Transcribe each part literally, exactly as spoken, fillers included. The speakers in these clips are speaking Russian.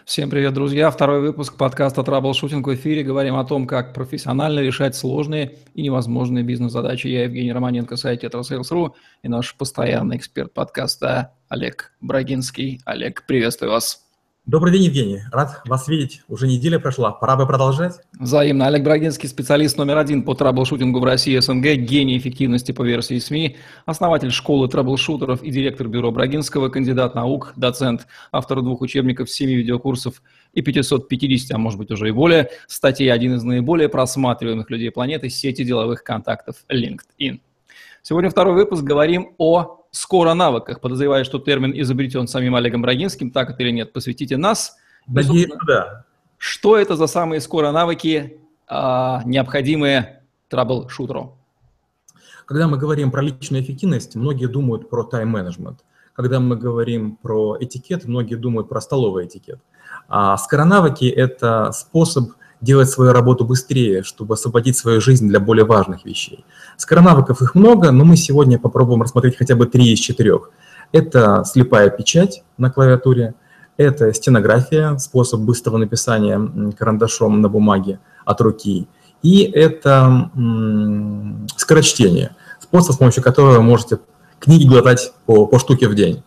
Всем привет, друзья! Второй выпуск подкаста «Траблшутинг» в эфире. Говорим о том, как профессионально решать сложные и невозможные бизнес-задачи. Я Евгений Романенко, сайт тетрасейлс точка ру, и наш постоянный эксперт подкаста Олег Брагинский. Олег, приветствую вас! Добрый день, Евгений. Рад вас видеть. Уже неделя прошла. Пора бы продолжать. Взаимно. Олег Брагинский, специалист номер один по траблшутингу в России и СНГ, гений эффективности по версии СМИ, основатель школы траблшутеров и директор бюро Брагинского, кандидат наук, доцент, автор двух учебников, семи видеокурсов и пятисот пятидесяти, а может быть уже и более, статей, один из наиболее просматриваемых людей планеты, сети деловых контактов LinkedIn. Сегодня второй выпуск, говорим о скоро-навыках. Подозреваю, что термин изобретен самим Олегом Брагинским, так это или нет, посвятите нас. Надеюсь, да. Что это за самые скоро-навыки, а, необходимые траблшутеру? Когда мы говорим про личную эффективность, многие думают про тайм-менеджмент. Когда мы говорим про этикет, многие думают про столовый этикет. А скоро-навыки – это способ делать свою работу быстрее, чтобы освободить свою жизнь для более важных вещей. Скоронавыков их много, но мы сегодня попробуем рассмотреть хотя бы три из четырех. Это слепая печать на клавиатуре, это стенография, способ быстрого написания карандашом на бумаге от руки, и это м- скорочтение, способ, с помощью которого вы можете книги глотать по, по штуке в день.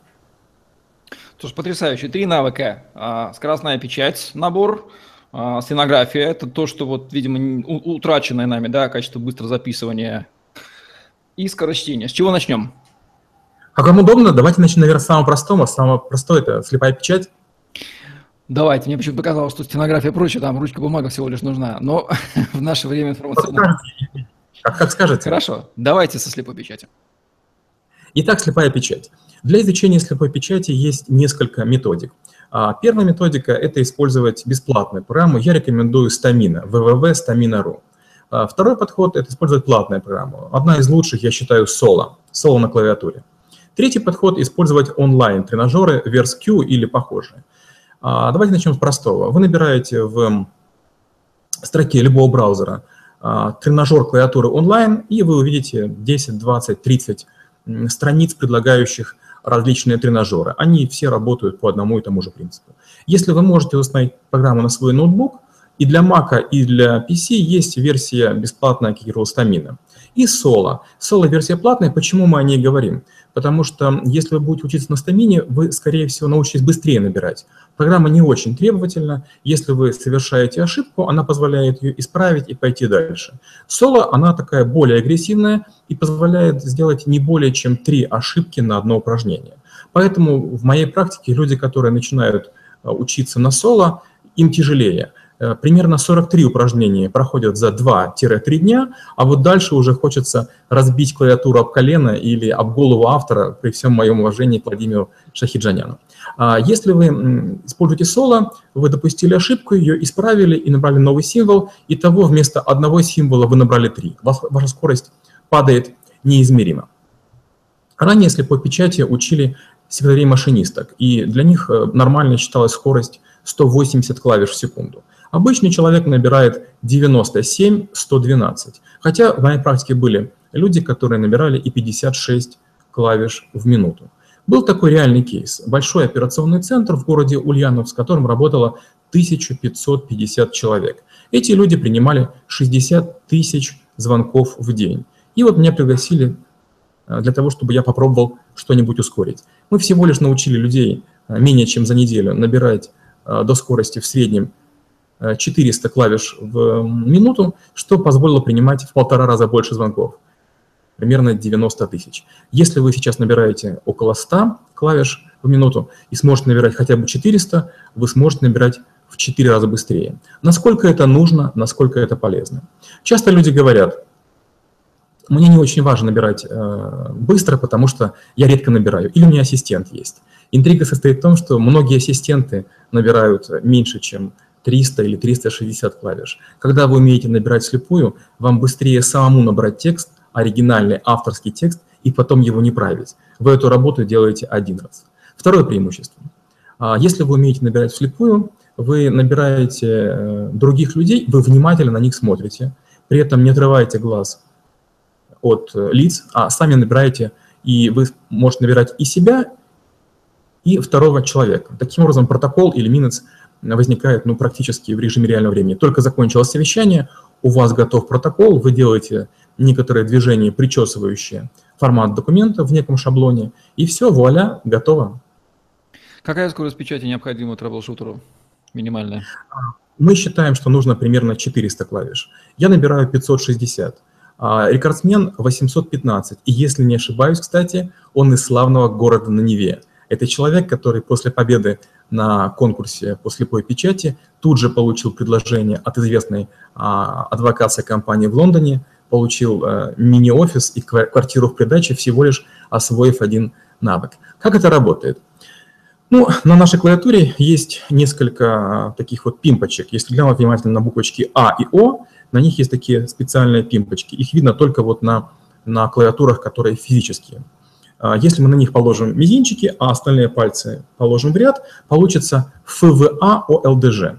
Слушай, потрясающе. Три навыка. А, скоростная печать, набор. Стенография – это то, что, вот, видимо, утраченное нами, да, качество быстрого записывания. И скорочтение. С чего начнем? Как вам удобно, давайте начнем, наверное, с самого простого. Самое простое – это слепая печать. Давайте. Мне почему-то показалось, что стенография проще, там ручка, бумага всего лишь нужна. Но в наше время информационное… Как, как скажете. Хорошо. Давайте со слепой печати. Итак, слепая печать. Для изучения слепой печати есть несколько методик. Первая методика – это использовать бесплатную программу. Я рекомендую Stamina, дабл ю дабл ю дабл ю точка стамина точка ру. Второй подход – это использовать платную программу. Одна из лучших, я считаю, Solo. Solo на клавиатуре. Третий подход – использовать онлайн-тренажеры, VerseQ или похожие. Давайте начнем с простого. Вы набираете в строке любого браузера тренажер клавиатуры онлайн, и вы увидите десять, двадцать, тридцать страниц, предлагающих различные тренажеры. Они все работают по одному и тому же принципу. Если вы можете установить программу на свой ноутбук, и для Mac, и для пи си есть версия бесплатная, как говорил, Stamina. И Solo. Solo версия платная. Почему мы о ней говорим? Потому что если вы будете учиться на Stamina, вы, скорее всего, научитесь быстрее набирать. Программа не очень требовательна. Если вы совершаете ошибку, она позволяет ее исправить и пойти дальше. Solo, она такая более агрессивная и позволяет сделать не более чем три ошибки на одно упражнение. Поэтому в моей практике люди, которые начинают учиться на Solo, им тяжелее. Примерно сорок три упражнения проходят за два-три дня, а вот дальше уже хочется разбить клавиатуру об колено или об голову автора, при всем моем уважении к Владимиру Шахиджаняну. Если вы используете Solo, вы допустили ошибку, ее исправили и набрали новый символ, и того вместо одного символа вы набрали три. Ваша скорость падает неизмеримо. Ранее слепой печати учили секретарей-машинисток, и для них нормально считалась скорость сто восемьдесят клавиш в секунду. Обычный человек набирает девяносто семь - сто двенадцать. Хотя в моей практике были люди, которые набирали и пятьдесят шесть клавиш в минуту. Был такой реальный кейс. Большой операционный центр в городе Ульяновск, в котором работало тысяча пятьсот пятьдесят человек. Эти люди принимали шестьдесят тысяч звонков в день. И вот меня пригласили для того, чтобы я попробовал что-нибудь ускорить. Мы всего лишь научили людей менее чем за неделю набирать до скорости в среднем четыреста клавиш в минуту, что позволило принимать в полтора раза больше звонков, примерно девяносто тысяч. Если вы сейчас набираете около ста клавиш в минуту и сможете набирать хотя бы четыреста, вы сможете набирать в четыре раза быстрее. Насколько это нужно, насколько это полезно? Часто люди говорят: мне не очень важно набирать э, быстро, потому что я редко набираю, или у меня ассистент есть. Интрига состоит в том, что многие ассистенты набирают меньше, чем триста или триста шестьдесят клавиш. Когда вы умеете набирать вслепую, вам быстрее самому набрать текст, оригинальный авторский текст, и потом его не править. Вы эту работу делаете один раз. Второе преимущество. Если вы умеете набирать вслепую, вы набираете других людей, вы внимательно на них смотрите, при этом не отрываете глаз от лиц, а сами набираете, и вы можете набирать и себя, и второго человека. Таким образом, протокол или минус возникает ну, практически в режиме реального времени. Только закончилось совещание, у вас готов протокол, вы делаете некоторые движения, причесывающие формат документа в неком шаблоне, и все, вуаля, готово. Какая скорость печати необходима трэблшутеру? Минимальная? Мы считаем, что нужно примерно четыреста клавиш. Я набираю пятьсот шестьдесят. А рекордсмен восемьсот пятнадцать. И если не ошибаюсь, кстати, он из славного города на Неве. Это человек, который после победы на конкурсе по слепой печати тут же получил предложение от известной а, адвокатской компании в Лондоне, получил а, мини-офис и квартиру в придаче, всего лишь освоив один навык. Как это работает? Ну, на нашей клавиатуре есть несколько таких вот пимпочек. Если глянуть внимательно на буквочки А и О, на них есть такие специальные пимпочки. Их видно только вот на, на клавиатурах, которые физические. Если мы на них положим мизинчики, а остальные пальцы положим в ряд, получится эф вэ а о эл дэ жэ.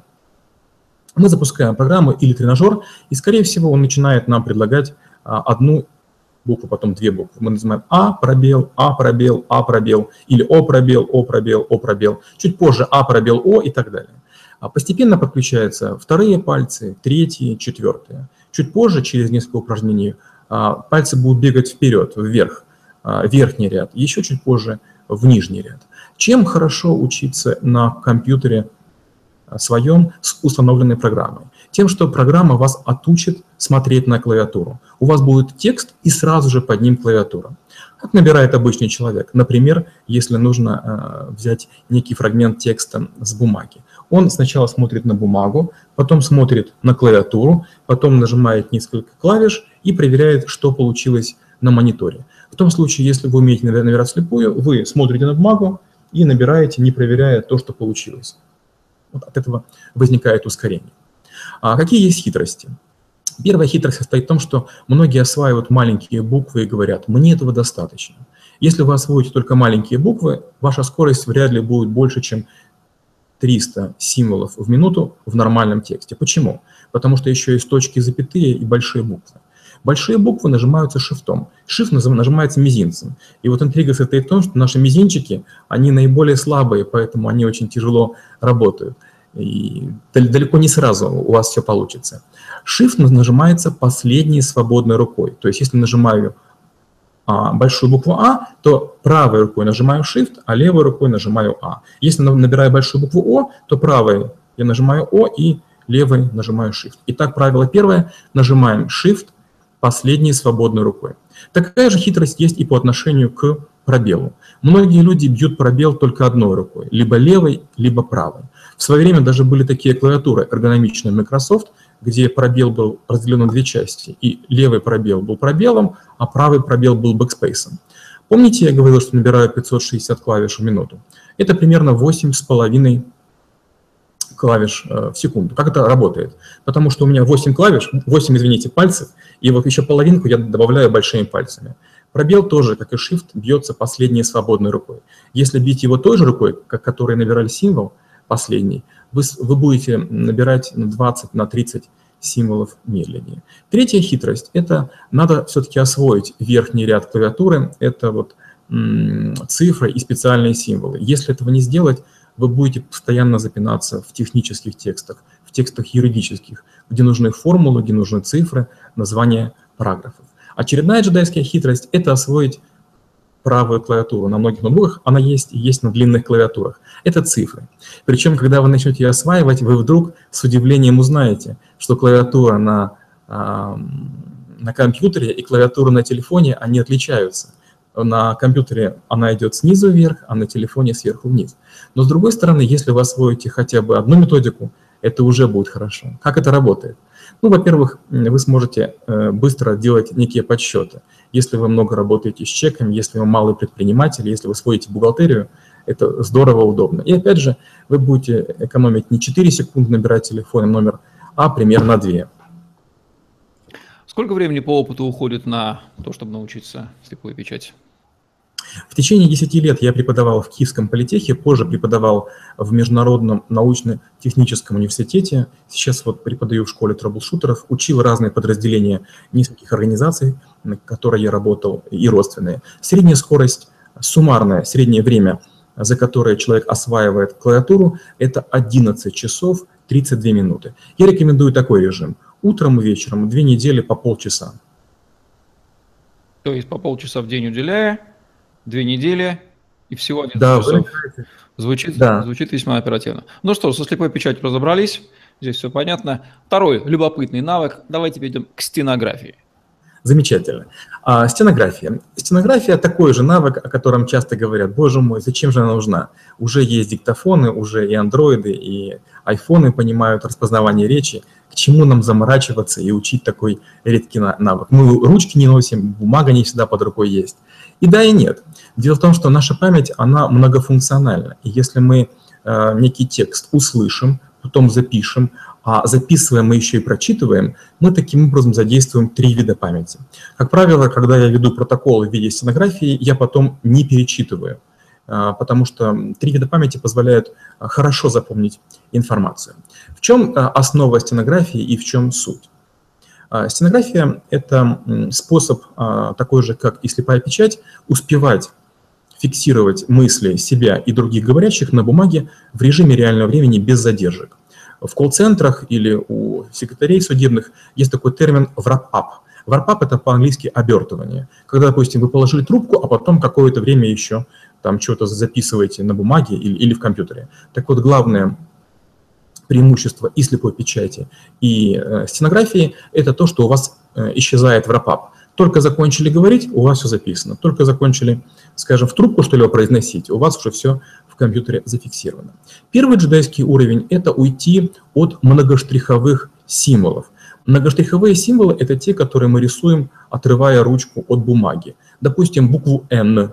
Мы запускаем программу или тренажер, и, скорее всего, он начинает нам предлагать одну букву, потом две буквы. Мы называем А, пробел, А, пробел, А, пробел, или О, пробел, О, пробел, О, пробел. Чуть позже А, пробел, О и так далее. Постепенно подключаются вторые пальцы, третьи, четвертые. Чуть позже, через несколько упражнений, пальцы будут бегать вперед, вверх, верхний ряд, еще чуть позже в нижний ряд. Чем хорошо учиться на компьютере своем с установленной программой? Тем, что программа вас отучит смотреть на клавиатуру. У вас будет текст и сразу же под ним клавиатура. Как набирает обычный человек? Например, если нужно э, взять некий фрагмент текста с бумаги. Он сначала смотрит на бумагу, потом смотрит на клавиатуру, потом нажимает несколько клавиш и проверяет, что получилось на мониторе. В том случае, если вы умеете набирать вслепую, вы смотрите на бумагу и набираете, не проверяя то, что получилось. Вот от этого возникает ускорение. А какие есть хитрости? Первая хитрость состоит в том, что многие осваивают маленькие буквы и говорят, мне этого достаточно. Если вы освоите только маленькие буквы, ваша скорость вряд ли будет больше, чем триста символов в минуту в нормальном тексте. Почему? Потому что еще есть точки, запятые и большие буквы. Большие буквы нажимаются шифтом. Шифт нажимается мизинцем. И вот интрига состоит в том, что наши мизинчики, они наиболее слабые, поэтому они очень тяжело работают. И далеко не сразу у вас все получится. Shift нажимается последней свободной рукой. То есть если нажимаю а, большую букву А, то правой рукой нажимаю Shift, а левой рукой нажимаю А. Если набираю большую букву О, то правой я нажимаю О и левой нажимаю Shift. Итак, правило первое. Нажимаем Shift последней свободной рукой. Такая же хитрость есть и по отношению к пробелу. Многие люди бьют пробел только одной рукой, либо левой, либо правой. В свое время даже были такие клавиатуры эргономичные Microsoft, где пробел был разделен на две части, и левый пробел был пробелом, а правый пробел был бэкспейсом. Помните, я говорил, что набираю пятьсот шестьдесят клавиш в минуту? Это примерно восемь с половиной клавиш в секунду. Как это работает? Потому что у меня восемь клавиш, восемь, извините, пальцев, и вот еще половинку я добавляю большими пальцами. Пробел тоже, как и Shift, бьется последней свободной рукой. Если бить его той же рукой, как которой набирали символ, последний, вы, вы будете набирать на двадцать, на тридцать символов медленнее. Третья хитрость – это надо все-таки освоить верхний ряд клавиатуры, это вот м, цифры и специальные символы. Если этого не сделать, вы будете постоянно запинаться в технических текстах, в текстах юридических, где нужны формулы, где нужны цифры, названия параграфов. Очередная джедайская хитрость – это освоить правую клавиатуру. На многих ноутбуках она есть и есть на длинных клавиатурах. Это цифры. Причем, когда вы начнете ее осваивать, вы вдруг с удивлением узнаете, что клавиатура на, э, на компьютере и клавиатура на телефоне, они отличаются. На компьютере она идет снизу вверх, а на телефоне сверху вниз. Но с другой стороны, если вы освоите хотя бы одну методику, это уже будет хорошо. Как это работает? Ну, во-первых, вы сможете быстро делать некие подсчеты. Если вы много работаете с чеками, если вы малый предприниматель, если вы освоите бухгалтерию, это здорово, удобно. И опять же, вы будете экономить не четыре секунды набирать телефонный номер, а примерно две. Сколько времени по опыту уходит на то, чтобы научиться слепой печати? В течение десяти лет я преподавал в Киевском политехе, позже преподавал в Международном научно-техническом университете. Сейчас вот преподаю в школе трэблшутеров, учил разные подразделения нескольких организаций, на которые я работал, и родственные. Средняя скорость, суммарное среднее время за которые человек осваивает клавиатуру, это одиннадцать часов тридцать две минуты. Я рекомендую такой режим. Утром и вечером, две недели по полчаса. То есть по полчаса в день уделяя, две недели и всего одиннадцать Да, часов. вы... Звучит, да. звучит весьма оперативно. Ну что, со слепой печатью разобрались, здесь все понятно. Второй любопытный навык. Давайте перейдем к стенографии. Замечательно. А, стенография. Стенография такой же навык, о котором часто говорят: боже мой, зачем же она нужна? Уже есть диктофоны, уже и андроиды, и айфоны понимают распознавание речи. К чему нам заморачиваться и учить такой редкий навык? Мы ручки не носим, бумага не всегда под рукой есть. И да, и нет. Дело в том, что наша память, она многофункциональна. И если мы э, некий текст услышим, потом запишем, а записываем мы еще и прочитываем, мы таким образом задействуем три вида памяти. Как правило, когда я веду протоколы в виде стенографии, я потом не перечитываю, потому что три вида памяти позволяют хорошо запомнить информацию. В чем основа стенографии и в чем суть? Стенография – это способ, такой же, как и слепая печать, успевать фиксировать мысли себя и других говорящих на бумаге в режиме реального времени без задержек. В колл-центрах или у секретарей судебных есть такой термин wrap-up. Wrap-up – это по-английски обертывание. Когда, допустим, вы положили трубку, а потом какое-то время еще там что-то записываете на бумаге или, или в компьютере. Так вот, главное преимущество и слепой печати, и э, стенографии – это то, что у вас э, исчезает wrap-up. Только закончили говорить, у вас все записано. Только закончили, скажем, в трубку что-либо произносить, у вас уже все в компьютере зафиксировано. Первый джедайский уровень – это уйти от многоштриховых символов. Многоштриховые символы – это те, которые мы рисуем, отрывая ручку от бумаги. Допустим, букву «Н»,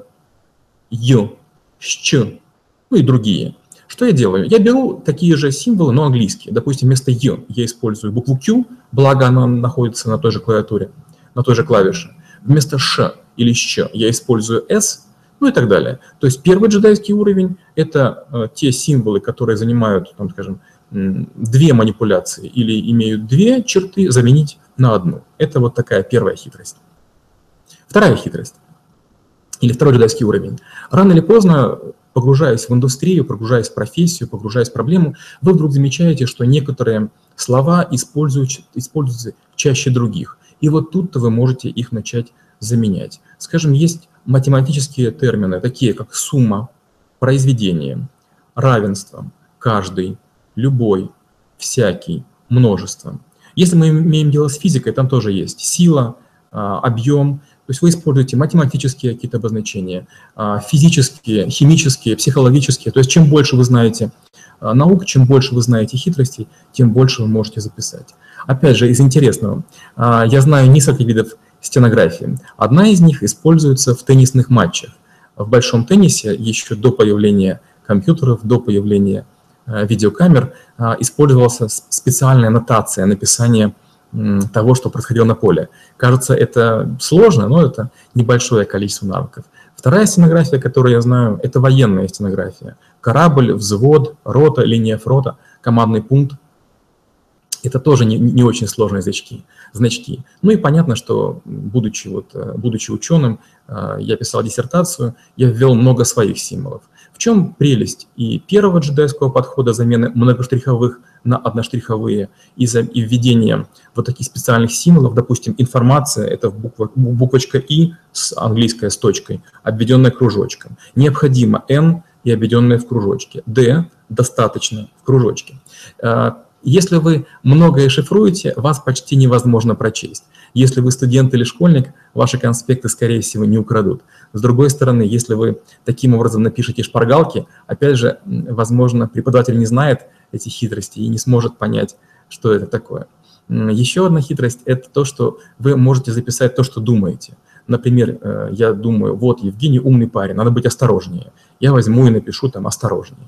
«Й», «Щ», ну и другие. Что я делаю? Я беру такие же символы, но английские. Допустим, вместо «Й» я использую букву «Q», благо она находится на той же клавиатуре, на той же клавише. Вместо «Ш» или «Щ» я использую «С», ну и так далее. То есть первый джедайский уровень – это э, те символы, которые занимают, там, скажем, две манипуляции или имеют две черты, заменить на одну. Это вот такая первая хитрость. Вторая хитрость, или второй джедайский уровень. Рано или поздно, погружаясь в индустрию, погружаясь в профессию, погружаясь в проблему, вы вдруг замечаете, что некоторые слова используют, используются чаще других. И вот тут-то вы можете их начать заменять. Скажем, есть математические термины, такие как сумма, произведение, равенство, каждый, любой, всякий, множество. Если мы имеем дело с физикой, там тоже есть сила, объем. То есть вы используете математические какие-то обозначения, физические, химические, психологические. То есть чем больше вы знаете наук, чем больше вы знаете хитростей, тем больше вы можете записать. Опять же, из интересного, я знаю несколько видов стенографии. Одна из них используется в теннисных матчах. В большом теннисе еще до появления компьютеров, до появления видеокамер использовалась специальная нотация написания того, что происходило на поле. Кажется, это сложно, но это небольшое количество навыков. Вторая стенография, которую я знаю, это военная стенография. Корабль, взвод, рота, линия фронта, командный пункт. Это тоже не, не очень сложные значки, значки. Ну и понятно, что, будучи, вот, будучи ученым, я писал диссертацию, я ввел много своих символов. В чем прелесть и первого джедайского подхода замены многоштриховых на одноштриховые и, за, и введение вот таких специальных символов, допустим, информация – это буква, буквочка «И» с английской с точкой, обведенная кружочком. Необходимо «Н» и обведенная в кружочке. «Д» достаточно в кружочке. Если вы многое шифруете, вас почти невозможно прочесть. Если вы студент или школьник, ваши конспекты, скорее всего, не украдут. С другой стороны, если вы таким образом напишете шпаргалки, опять же, возможно, преподаватель не знает эти хитрости и не сможет понять, что это такое. Еще одна хитрость – это то, что вы можете записать то, что думаете. Например, я думаю, вот Евгений умный парень, надо быть осторожнее. Я возьму и напишу там «осторожнее».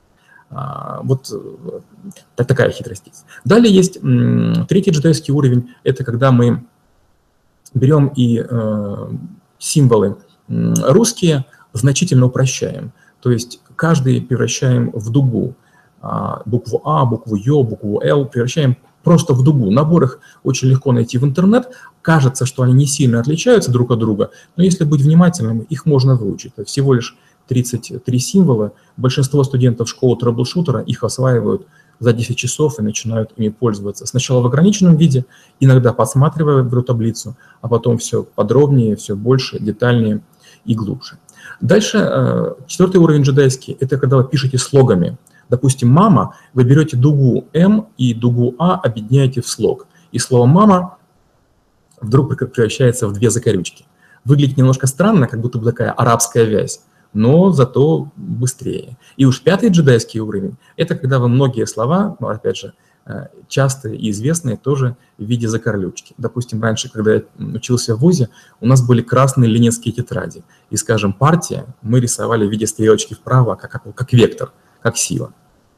Вот такая хитрость есть. Далее есть третий джедайский уровень. Это когда мы берем и э, символы русские значительно упрощаем. То есть каждый превращаем в дугу. Букву А, букву Ё, букву Л превращаем просто в дугу. Набор их очень легко найти в интернет. Кажется, что они не сильно отличаются друг от друга, но если быть внимательным, их можно выучить. Это всего лишь тридцать три символа. Большинство студентов школы трэблшутера их осваивают за десять часов и начинают ими пользоваться. Сначала в ограниченном виде, иногда подсматривая в эту таблицу, а потом все подробнее, все больше, детальнее и глубже. Дальше четвертый уровень джедайский – это когда вы пишете слогами. Допустим, «мама», вы берете дугу «М» и дугу «А» объединяете в слог. И слово «мама» вдруг превращается в две закорючки. Выглядит немножко странно, как будто бы такая арабская вязь, но зато быстрее. И уж пятый джедайский уровень – это когда вы многие слова, ну, опять же, частые и известные, тоже в виде закорлючки. Допустим, раньше, когда я учился в вузе, у нас были красные ленинские тетради. И, скажем, партия мы рисовали в виде стрелочки вправо, как, как, как вектор, как сила.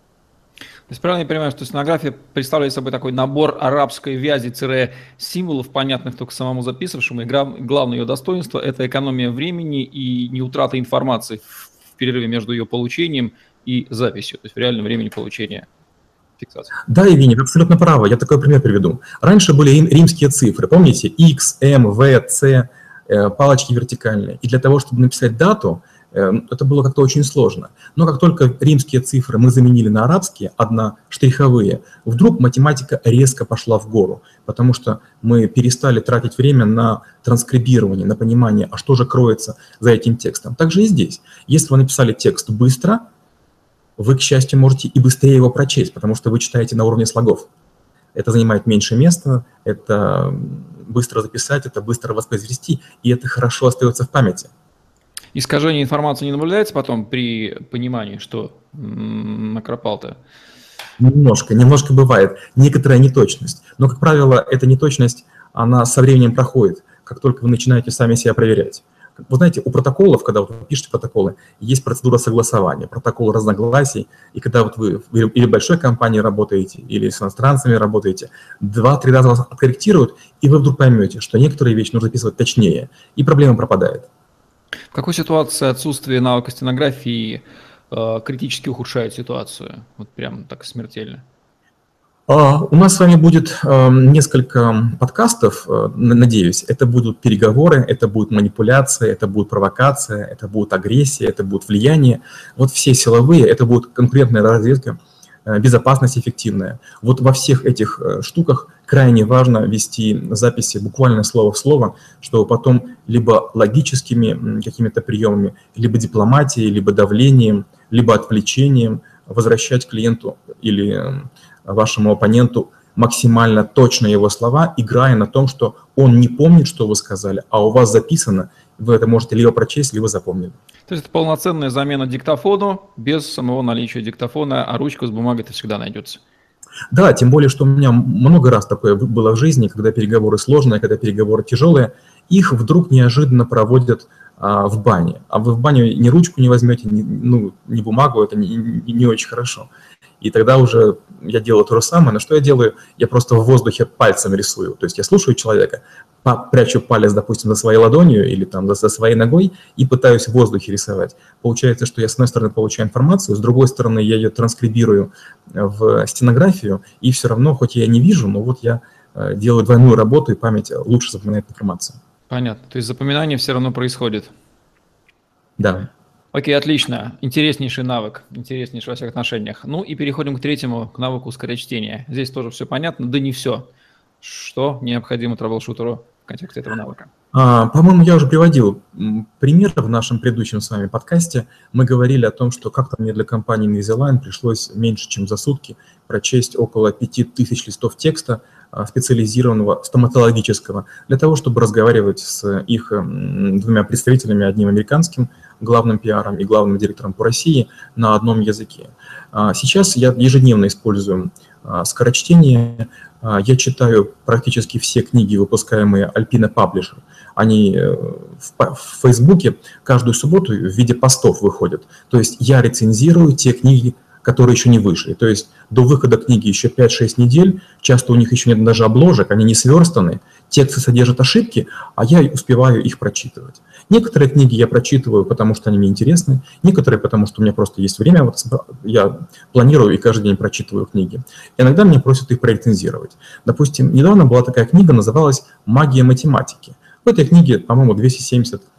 То есть правильно я понимаю, что стенография представляет собой такой набор арабской вязи-символов, понятных только самому записывавшему, и главное ее достоинство – это экономия времени и не утрата информации в перерыве между ее получением и записью, то есть в реальном времени получения фиксации. Да, Евгений, вы абсолютно правы, я такой пример приведу. Раньше были римские цифры, помните, X, M, V, C, палочки вертикальные, и для того, чтобы написать дату, это было как-то очень сложно. Но как только римские цифры мы заменили на арабские, одноштриховые, вдруг математика резко пошла в гору, потому что мы перестали тратить время на транскрибирование, на понимание, а что же кроется за этим текстом. Также и здесь. Если вы написали текст быстро, вы, к счастью, можете и быстрее его прочесть, потому что вы читаете на уровне слогов. Это занимает меньше места, это быстро записать, это быстро воспроизвести, и это хорошо остается в памяти. Искажение информации не наблюдается потом при понимании, что накропал-то? Немножко, немножко бывает. Некоторая неточность. Но, как правило, эта неточность, она со временем проходит, как только вы начинаете сами себя проверять. Вы знаете, у протоколов, когда вы пишете протоколы, есть процедура согласования, протокол разногласий. И когда вот вы или в большой компании работаете, или с иностранцами работаете, два-три раза вас откорректируют, и вы вдруг поймете, что некоторые вещи нужно записывать точнее, и проблема пропадает. В какой ситуации отсутствие навыка стенографии э, критически ухудшает ситуацию? Вот прям так смертельно. Uh, у нас с вами будет uh, несколько подкастов, uh, надеюсь. Это будут переговоры, это будет манипуляция, это будет провокация, это будет агрессия, это будет влияние. Вот все силовые, это будет конкурентная разведка, uh, безопасность эффективная. Вот во всех этих uh, штуках крайне важно вести записи буквально слово в слово, чтобы потом либо логическими какими-то приемами, либо дипломатией, либо давлением, либо отвлечением возвращать клиенту или вашему оппоненту максимально точно его слова, играя на том, что он не помнит, что вы сказали, а у вас записано, вы это можете либо прочесть, либо запомнить. То есть это полноценная замена диктофону без самого наличия диктофона, а ручка с бумагой-то всегда найдется. Да, тем более, что у меня много раз такое было в жизни, когда переговоры сложные, когда переговоры тяжелые, их вдруг неожиданно проводят а, в бане. А вы в баню ни ручку не возьмете, ни, ну, ни бумагу, это не, не, не очень хорошо. И тогда уже я делаю то же самое, но что я делаю? Я просто в воздухе пальцем рисую. То есть я слушаю человека, прячу палец, допустим, за своей ладонью или там за, за своей ногой и пытаюсь в воздухе рисовать. Получается, что я с одной стороны получаю информацию, с другой стороны я ее транскрибирую в стенографию, и все равно, хоть я не вижу, но вот я делаю двойную работу, и память лучше запоминает информацию. Понятно. То есть запоминание все равно происходит. Да. Окей, отлично. Интереснейший навык, интереснейший во всех отношениях. Ну и переходим к третьему, к навыку скорочтения. Здесь тоже все понятно, да не все. Что необходимо трэблшутеру в контексте этого навыка? А, по-моему, я уже приводил пример в нашем предыдущем с вами подкасте. Мы говорили о том, что как-то мне для компании Invisalign пришлось меньше, чем за сутки прочесть около пяти тысяч листов текста специализированного стоматологического для того, чтобы разговаривать с их двумя представителями, одним американским главным пиаром и главным директором по России на одном языке. Сейчас я ежедневно использую скорочтение. Я читаю практически все книги, выпускаемые Alpina Publisher. Они в Фейсбуке каждую субботу в виде постов выходят. То есть я рецензирую те книги, которые еще не вышли. То есть до выхода книги еще пять-шесть недель, часто у них еще нет даже обложек, они не сверстаны, тексты содержат ошибки, а я успеваю их прочитывать. Некоторые книги я прочитываю, потому что они мне интересны, некоторые, потому что у меня просто есть время, вот я планирую и каждый день прочитываю книги. Иногда меня просят их прорецензировать. Допустим, недавно была такая книга, называлась «Магия математики». В этой книге, по-моему, двести семьдесят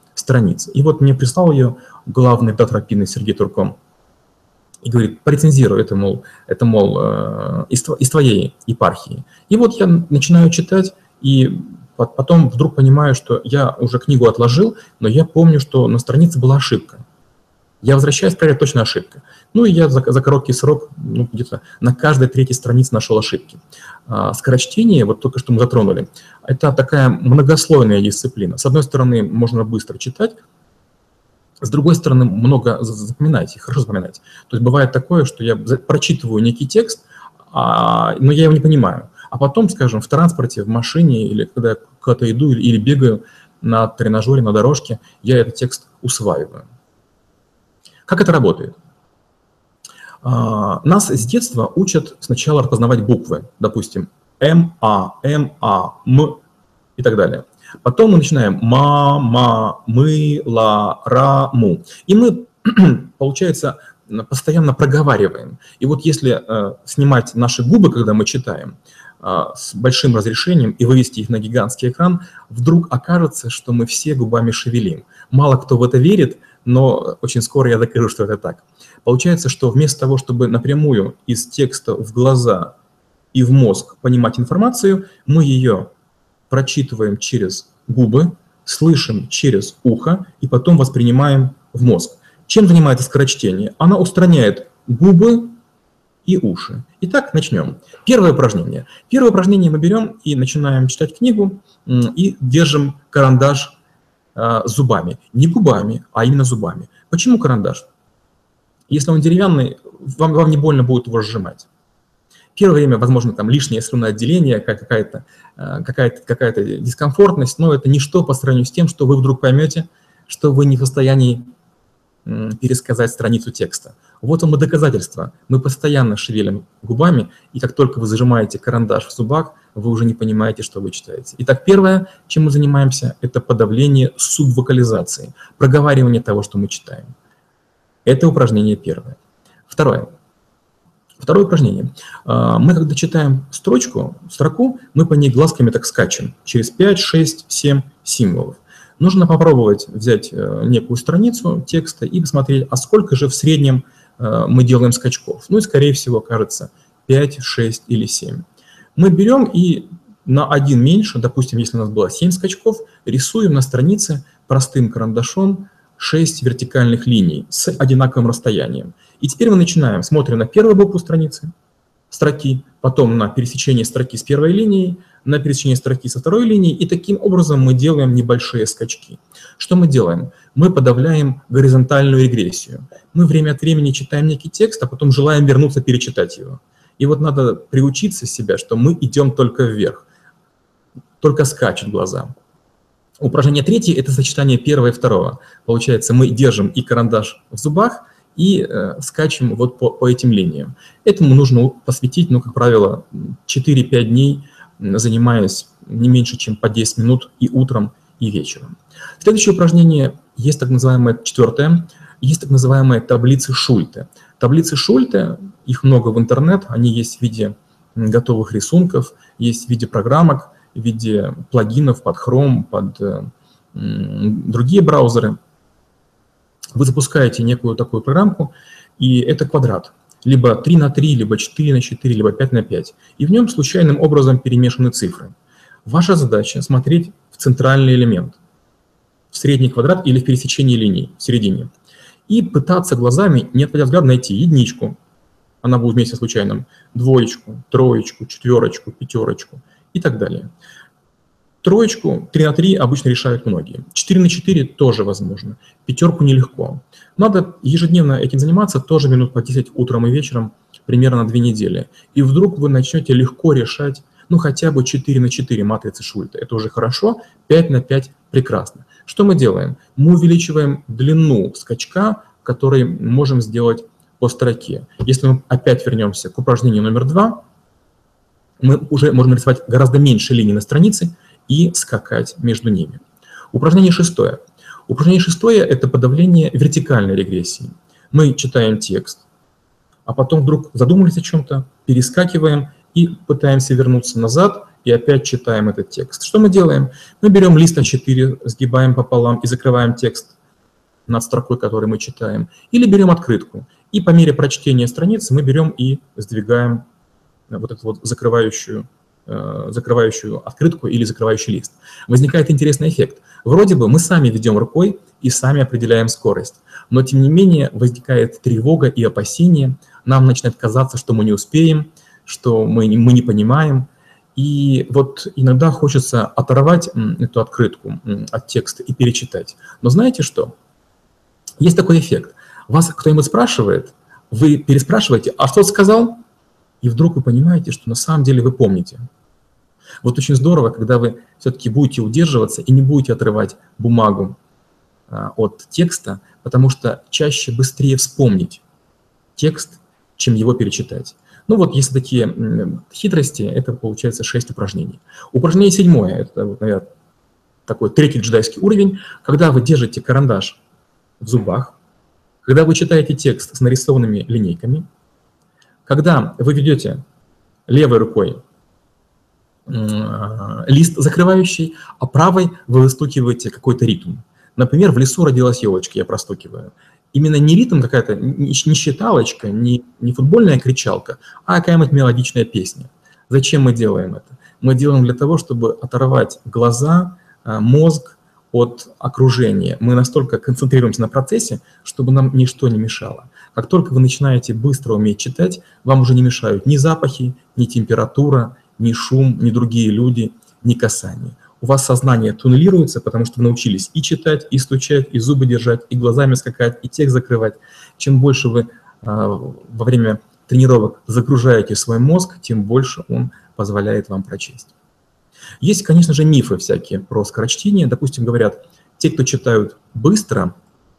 страниц. И вот мне прислал ее главный редактор Апины Сергей Турком и говорит: порецензируй, это, мол, это, мол из, из твоей епархии. И вот я начинаю читать, и потом вдруг понимаю, что я уже книгу отложил, но я помню, что на странице была ошибка. Я возвращаюсь, проверяю, точно ошибка. Ну и я за, за короткий срок, ну, где-то на каждой третьей странице нашел ошибки. А, скорочтение, вот только что мы затронули, это такая многослойная дисциплина. С одной стороны, можно быстро читать, с другой стороны, много запоминать, хорошо запоминать. То есть бывает такое, что я прочитываю некий текст, а, но я его не понимаю. А потом, скажем, в транспорте, в машине, или когда я куда-то иду, или, или бегаю на тренажере, на дорожке, я этот текст усваиваю. Как это работает? А, нас с детства учат сначала распознавать буквы, допустим, М, А, М, А, М и так далее. Потом мы начинаем ма, ма, мы, ла, ра, му. И мы, получается, постоянно проговариваем. И вот если э, снимать наши губы, когда мы читаем, э, с большим разрешением и вывести их на гигантский экран, вдруг окажется, что мы все губами шевелим. Мало кто в это верит, но очень скоро я докажу, что это так. Получается, что вместо того, чтобы напрямую из текста в глаза и в мозг понимать информацию, мы ее прочитываем через губы, слышим через ухо и потом воспринимаем в мозг. Чем занимается скорочтение? Она устраняет губы и уши. Итак, начнем. Первое упражнение. Первое упражнение мы берем и начинаем читать книгу и держим карандаш зубами. Не губами, а именно зубами. Почему карандаш? Если он деревянный, вам, вам не больно будет его сжимать. Первое время, возможно, там лишнее слюноотделение, какая-то какая-то, какая-то дискомфортность, но это ничто по сравнению с тем, что вы вдруг поймете, что вы не в состоянии пересказать страницу текста. Вот вам и доказательство. Мы постоянно шевелим губами, и как только вы зажимаете карандаш в зубах, вы уже не понимаете, что вы читаете. Итак, первое, чем мы занимаемся, это подавление субвокализации, проговаривание того, что мы читаем. Это упражнение первое. Второе. Второе упражнение. Мы, когда читаем строчку, строку, мы по ней глазками так скачем через пять, шесть, семь символов. Нужно попробовать взять некую страницу текста и посмотреть, а сколько же в среднем мы делаем скачков. Ну и, скорее всего, кажется, пять, шесть или семь. Мы берем и на один меньше, допустим, если у нас было семь скачков, рисуем на странице простым карандашом шесть вертикальных линий с одинаковым расстоянием. И теперь мы начинаем, смотрим на первую букву страницы, строки, потом на пересечение строки с первой линией, на пересечение строки со второй линией, и таким образом мы делаем небольшие скачки. Что мы делаем? Мы подавляем горизонтальную регрессию. Мы время от времени читаем некий текст, а потом желаем вернуться перечитать его. И вот надо приучиться себя, что мы идем только вверх, только скачут глаза. Упражнение третье – это сочетание первого и второго. Получается, мы держим и карандаш в зубах, и э, скачем вот по, по этим линиям. Этому нужно посвятить, ну, как правило, четыре-пять дней, занимаясь не меньше, чем по десять минут и утром, и вечером. Следующее упражнение есть так называемое, четвертое, есть так называемые таблицы Шульте. Таблицы Шульте, их много в интернет, они есть в виде готовых рисунков, есть в виде программок, в виде плагинов под Chrome, под э, другие браузеры. Вы запускаете некую такую программку, и это квадрат. Либо три на три, либо четыре на четыре, либо пять на пять. И в нем случайным образом перемешаны цифры. Ваша задача смотреть в центральный элемент, в средний квадрат или в пересечении линий, в середине. И пытаться глазами, не отводя взгляд, найти единичку. Она будет вместе случайным, двоечку, троечку, четверочку, пятерочку и так далее. Троечку, три на три обычно решают многие. четыре на четыре тоже возможно. Пятерку нелегко. Надо ежедневно этим заниматься, тоже минут по десять утром и вечером, примерно на две недели. И вдруг вы начнете легко решать, ну, хотя бы четыре на четыре матрицы Шульта. Это уже хорошо, пять на пять прекрасно. Что мы делаем? Мы увеличиваем длину скачка, который можем сделать по строке. Если мы опять вернемся к упражнению номер два, мы уже можем рисовать гораздо меньше линий на странице и скакать между ними. Упражнение шестое. Упражнение шестое – это подавление вертикальной регрессии. Мы читаем текст, а потом вдруг задумались о чем-то, перескакиваем и пытаемся вернуться назад и опять читаем этот текст. Что мы делаем? Мы берем лист а четыре, сгибаем пополам и закрываем текст над строкой, который мы читаем. Или берем открытку. И по мере прочтения страницы мы берем и сдвигаем вот эту вот закрывающую, э, закрывающую открытку или закрывающий лист. Возникает интересный эффект. Вроде бы мы сами ведем рукой и сами определяем скорость. Но тем не менее возникает тревога и опасение. Нам начинает казаться, что мы не успеем, что мы, мы не понимаем. И вот иногда хочется оторвать эту открытку от текста и перечитать. Но знаете что? Есть такой эффект. Вас кто-нибудь спрашивает, вы переспрашиваете, а что сказал? И вдруг вы понимаете, что на самом деле вы помните. Вот очень здорово, когда вы все-таки будете удерживаться и не будете отрывать бумагу а, от текста, потому что чаще быстрее вспомнить текст, чем его перечитать. Ну вот, если такие хитрости, это получается шесть упражнений. Упражнение седьмое, это, вот, наверное, такой третий джедайский уровень, когда вы держите карандаш в зубах, когда вы читаете текст с нарисованными линейками, когда вы ведете левой рукой э, лист закрывающий, а правой вы выстукиваете какой-то ритм. Например, в лесу родилась елочка, я простукиваю. Именно не ритм какая-то, не считалочка, не, не футбольная кричалка, а какая-нибудь мелодичная песня. Зачем мы делаем это? Мы делаем для того, чтобы оторвать глаза, мозг от окружения. Мы настолько концентрируемся на процессе, чтобы нам ничто не мешало. Как только вы начинаете быстро уметь читать, вам уже не мешают ни запахи, ни температура, ни шум, ни другие люди, ни касание. У вас сознание туннелируется, потому что вы научились и читать, и стучать, и зубы держать, и глазами скакать, и текст закрывать. Чем больше вы э, во время тренировок загружаете свой мозг, тем больше он позволяет вам прочесть. Есть, конечно же, мифы всякие про скорочтение. Допустим, говорят, те, кто читают быстро,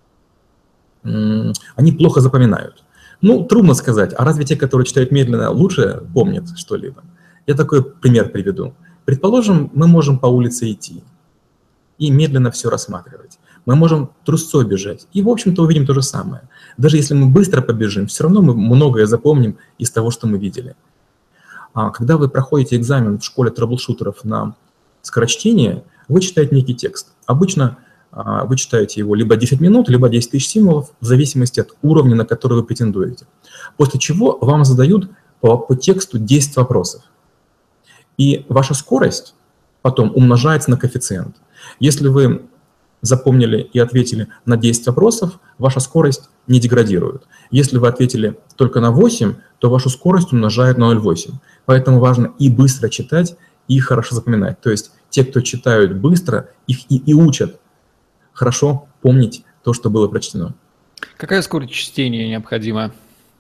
э, они плохо запоминают. Ну, трудно сказать, а разве те, которые читают медленно, лучше помнят что-либо? Я такой пример приведу. Предположим, мы можем по улице идти и медленно все рассматривать. Мы можем трусцой бежать и, в общем-то, увидим то же самое. Даже если мы быстро побежим, все равно мы многое запомним из того, что мы видели. А когда вы проходите экзамен в школе трэблшутеров на скорочтение, вы читаете некий текст. Обычно а, вы читаете его либо десять минут, либо десять тысяч символов, в зависимости от уровня, на который вы претендуете. После чего вам задают по, по тексту десять вопросов. И ваша скорость потом умножается на коэффициент. Если вы запомнили и ответили на десять вопросов, ваша скорость не деградирует. Если вы ответили только на восемь, то вашу скорость умножает на ноль целых восемь. Поэтому важно и быстро читать, и хорошо запоминать. То есть те, кто читают быстро, их и, и учат хорошо помнить то, что было прочтено. Какая скорость чтения необходима?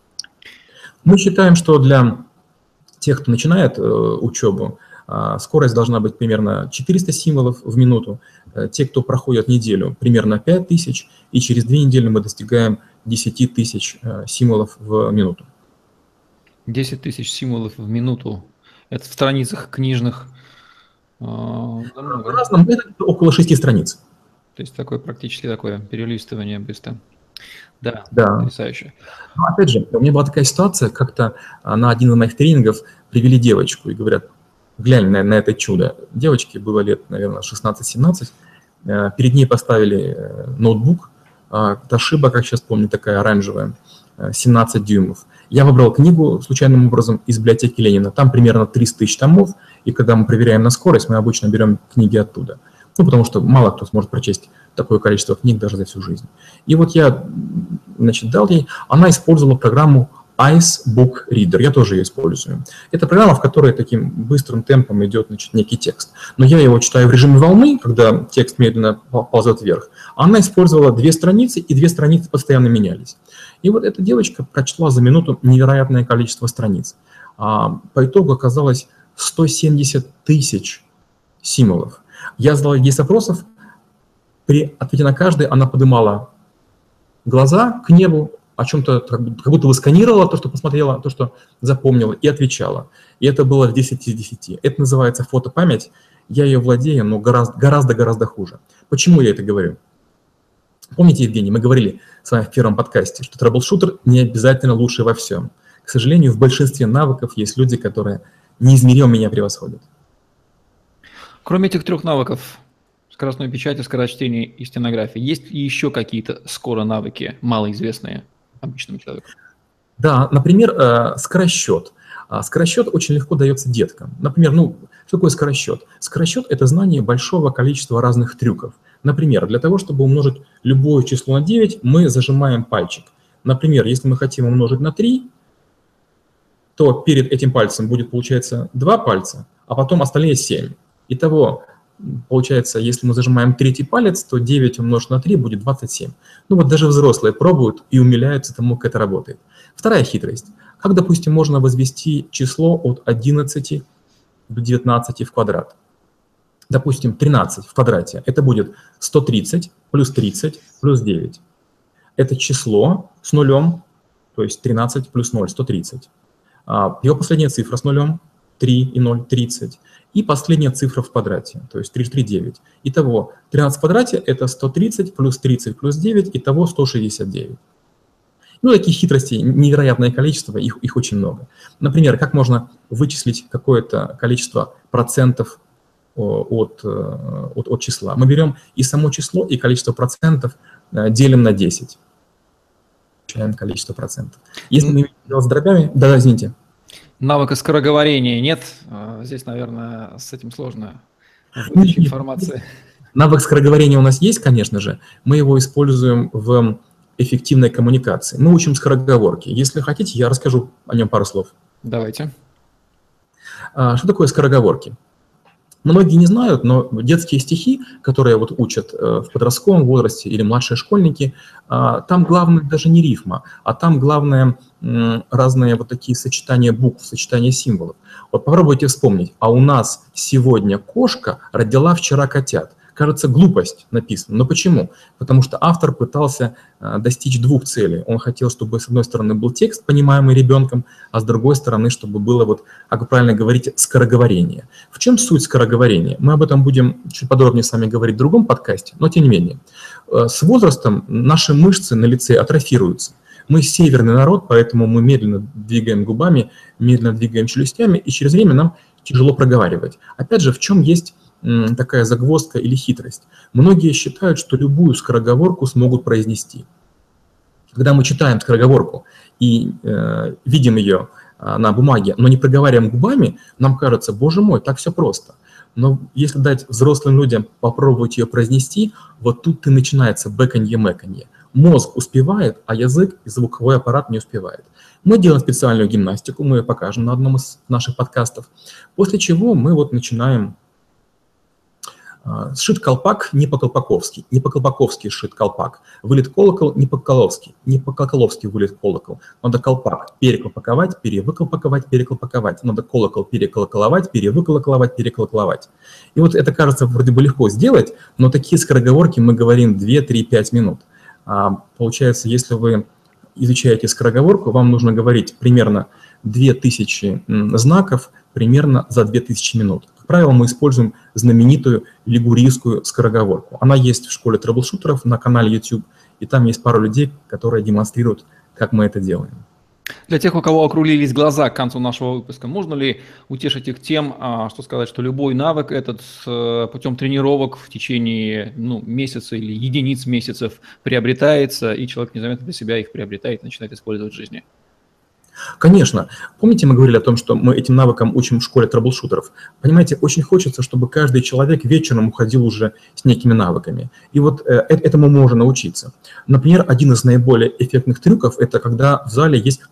Мы считаем, что для тех, кто начинает э, учебу, э, скорость должна быть примерно четыреста символов в минуту. Э, те, кто проходит неделю, примерно пять тысяч, и через две недели мы достигаем десять тысяч э, символов в минуту. десять тысяч символов в минуту. Это в страницах книжных? Э, в разном, это около шести страниц. То есть такое практически такое перелистывание быстро. Да, да, потрясающе. Но опять же, у меня была такая ситуация, как-то на один из моих тренингов привели девочку и говорят, глянь на, на это чудо. Девочке было лет, наверное, шестнадцать-семнадцать. Перед ней поставили ноутбук, Toshiba, как сейчас помню, такая оранжевая, семнадцать дюймов. Я выбрал книгу случайным образом из библиотеки Ленина. Там примерно триста тысяч томов, и когда мы проверяем на скорость, мы обычно берем книги оттуда. Ну, потому что мало кто сможет прочесть такое количество книг даже за всю жизнь. И вот я, значит, дал ей, она использовала программу Ice Book Reader, я тоже ее использую. Это программа, в которой таким быстрым темпом идет, значит, некий текст. Но я его читаю в режиме волны, когда текст медленно ползет вверх. Она использовала две страницы, и две страницы постоянно менялись. И вот эта девочка прочла за минуту невероятное количество страниц. А по итогу оказалось сто семьдесят тысяч символов. Я задал ей десять вопросов, при ответе на каждый она поднимала глаза к небу, о чем-то, как будто бы сканировала то, что посмотрела, то, что запомнила, и отвечала. И это было десять из десяти. Это называется фотопамять. Я ее владею, но гораздо-гораздо хуже. Почему я это говорю? Помните, Евгений, мы говорили с вами в первом подкасте, что трэблшутер не обязательно лучший во всем. К сожалению, в большинстве навыков есть люди, которые неизмеримо меня превосходят. Кроме этих трех навыков, скоростной печати, скорочтения и стенографии, есть ли еще какие-то скоро-навыки, малоизвестные обычному человеку? Да, например, скоросчет. Скоросчет очень легко дается деткам. Например, ну, что такое скоросчет? Скоросчет – это знание большого количества разных трюков. Например, для того, чтобы умножить любое число на девять, мы зажимаем пальчик. Например, если мы хотим умножить на три, то перед этим пальцем будет, получается, два пальца, а потом остальные семь. Итого, получается, если мы зажимаем третий палец, то девять умножить на три будет двадцать семь. Ну вот даже взрослые пробуют и умиляются тому, как это работает. Вторая хитрость. Как, допустим, можно возвести число от одиннадцати до девятнадцати в квадрат? Допустим, тринадцать в квадрате. Это будет сто тридцать плюс тридцать плюс девять. Это число с нулем, то есть тринадцать плюс ноль, сто тридцать. Его последняя цифра с нулем, три и ноль, тридцать. И последняя цифра в квадрате, то есть три, три, девять. Итого, тринадцать в квадрате – это сто тридцать плюс тридцать плюс девять, итого сто шестьдесят девять. Ну, таких хитростей невероятное количество, их, их очень много. Например, как можно вычислить какое-то количество процентов от, от, от числа? Мы берем и само число, и количество процентов делим на десять. Получаем количество процентов. Если мы имеем дело с дробями, да, извините. Навыка скороговорения нет. Здесь, наверное, с этим сложно выдача информации. Навык скороговорения у нас есть, конечно же. Мы его используем в эффективной коммуникации. Мы учим скороговорки. Если хотите, я расскажу о нем пару слов. Давайте. Что такое скороговорки? Многие не знают, но детские стихи, которые вот учат в подростковом возрасте или младшие школьники, там главное даже не рифма, а там главное разные вот такие сочетания букв, сочетания символов. Вот попробуйте вспомнить. А у нас сегодня кошка родила вчера котят. Кажется, глупость написана. Но почему? Потому что автор пытался достичь двух целей. Он хотел, чтобы с одной стороны был текст, понимаемый ребенком, а с другой стороны, чтобы было, вот, как вы правильно говорите, скороговорение. В чем суть скороговорения? Мы об этом будем чуть подробнее с вами говорить в другом подкасте, но тем не менее. С возрастом наши мышцы на лице атрофируются. Мы северный народ, поэтому мы медленно двигаем губами, медленно двигаем челюстями, и через время нам тяжело проговаривать. Опять же, в чем есть такая загвоздка или хитрость? Многие считают, что любую скороговорку смогут произнести. Когда мы читаем скороговорку и э, видим ее э, на бумаге, но не проговариваем губами, нам кажется, боже мой, так все просто. Но если дать взрослым людям попробовать ее произнести, вот тут и начинается бэканье-мэканье. Мозг успевает, а язык и звуковой аппарат не успевает. Мы делаем специальную гимнастику, мы ее покажем на одном из наших подкастов, после чего мы вот начинаем. Сшит колпак не по-колпаковски, не по-колпаковски сшит колпак. Вылет колокол не по-коловски, не по-колоколовски вылет колокол. Надо колпак переколпаковать, перевыколпаковать, переколпаковать. Надо колокол переколоколовать, перевыколоколовать, переколоколовать. И вот это кажется вроде бы легко сделать, но такие скороговорки мы говорим две, три, пять минут. А получается, если вы изучаете скороговорку, вам нужно говорить примерно две тысячи знаков примерно за две тысячи минут. Как правило, мы используем знаменитую лигурийскую скороговорку. Она есть в школе трэблшутеров на канале YouTube, и там есть пару людей, которые демонстрируют, как мы это делаем. Для тех, у кого округлились глаза к концу нашего выпуска, можно ли утешить их тем, что сказать, что любой навык этот путем тренировок в течение ну, месяца или единиц месяцев приобретается, и человек незаметно для себя их приобретает и начинает использовать в жизни? Конечно. Помните, мы говорили о том, что мы этим навыкам учим в школе трэблшутеров? Понимаете, очень хочется, чтобы каждый человек вечером уходил уже с некими навыками. И вот э, этому можно научиться. Например, один из наиболее эффектных трюков – это когда в зале есть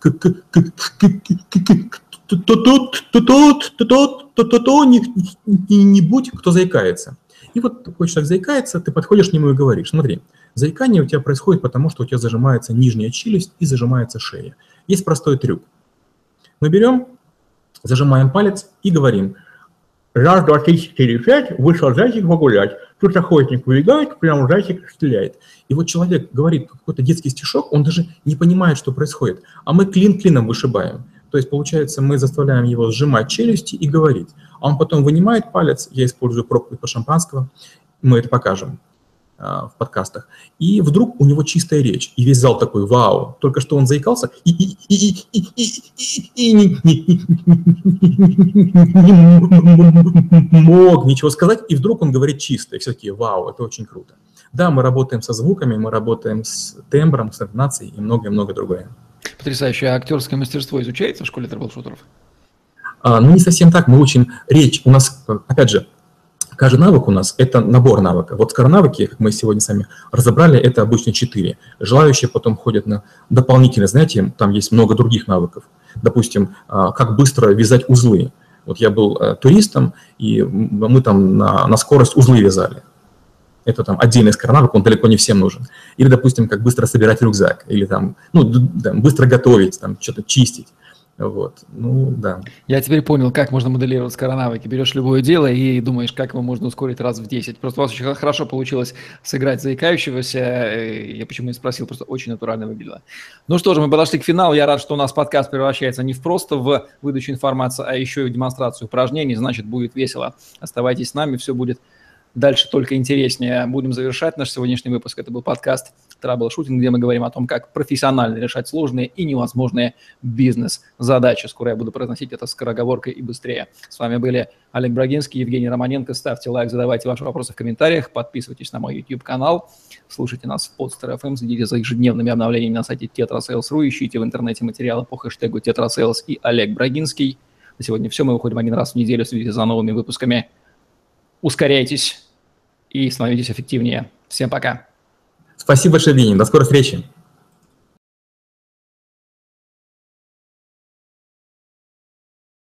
не-нибудь, кто заикается. И вот такой человек заикается, ты подходишь к нему и говоришь: смотри, заикание у тебя происходит потому, что у тебя зажимается нижняя челюсть и зажимается шея. Есть простой трюк. Мы берем, зажимаем палец и говорим: раз, два, три, четыре, пять, вышел зайчик погулять. Тут охотник выбегает, прямо зайчик стреляет. И вот человек говорит какой-то детский стишок, он даже не понимает, что происходит. А мы клин клином вышибаем. То есть, получается, мы заставляем его сжимать челюсти и говорить. А он потом вынимает палец, я использую пробку из-под шампанского, мы это покажем. в подкастах, и вдруг у него чистая речь, и весь зал такой: вау, только что он заикался и, и, и, и, и, и не, не, не мог ничего сказать, и вдруг он говорит чисто, и все такие: вау, это очень круто. Да, мы работаем со звуками, мы работаем с тембром, с интонацией и многое-многое другое. Потрясающе. А актерское мастерство изучается в школе трэблшутеров? А, ну, не совсем так, мы учим речь. У нас, опять же, каждый навык у нас – это набор навыков. Вот скоронавыки, как мы сегодня сами разобрали, это обычно четыре. Желающие потом ходят на дополнительные, знаете, там есть много других навыков. Допустим, как быстро вязать узлы. Вот я был туристом, и мы там на, на скорость узлы вязали. Это там отдельный скоронавык, он далеко не всем нужен. Или, допустим, как быстро собирать рюкзак, или там, ну, там, быстро готовить, там, что-то чистить. Вот, ну, да. Я теперь понял, как можно моделировать скоронавыки. Берешь любое дело и думаешь, как его можно ускорить раз в десять. Просто у вас очень хорошо получилось сыграть заикающегося. Я почему и спросил, просто очень натурально выглядело. Ну что же, мы подошли к финалу. Я рад, что у нас подкаст превращается не в просто в выдачу информации, а еще и в демонстрацию упражнений. Значит, будет весело. Оставайтесь с нами, все будет дальше только интереснее. Будем завершать наш сегодняшний выпуск. Это был подкаст «Траблшутинг», где мы говорим о том, как профессионально решать сложные и невозможные бизнес-задачи. Скоро я буду произносить это скороговоркой и быстрее. С вами были Олег Брагинский, Евгений Романенко. Ставьте лайк, задавайте ваши вопросы в комментариях, подписывайтесь на мой YouTube-канал, слушайте нас в Podster эф эм, следите за ежедневными обновлениями на сайте тетрасейлс точка ру, ищите в интернете материалы по хэштегу тетрасейлс и Олег Брагинский. На сегодня все. Мы выходим один раз в неделю, следите за новыми выпусками. Ускоряйтесь и становитесь эффективнее. Всем пока. Спасибо большое, Евгений. До скорой встречи.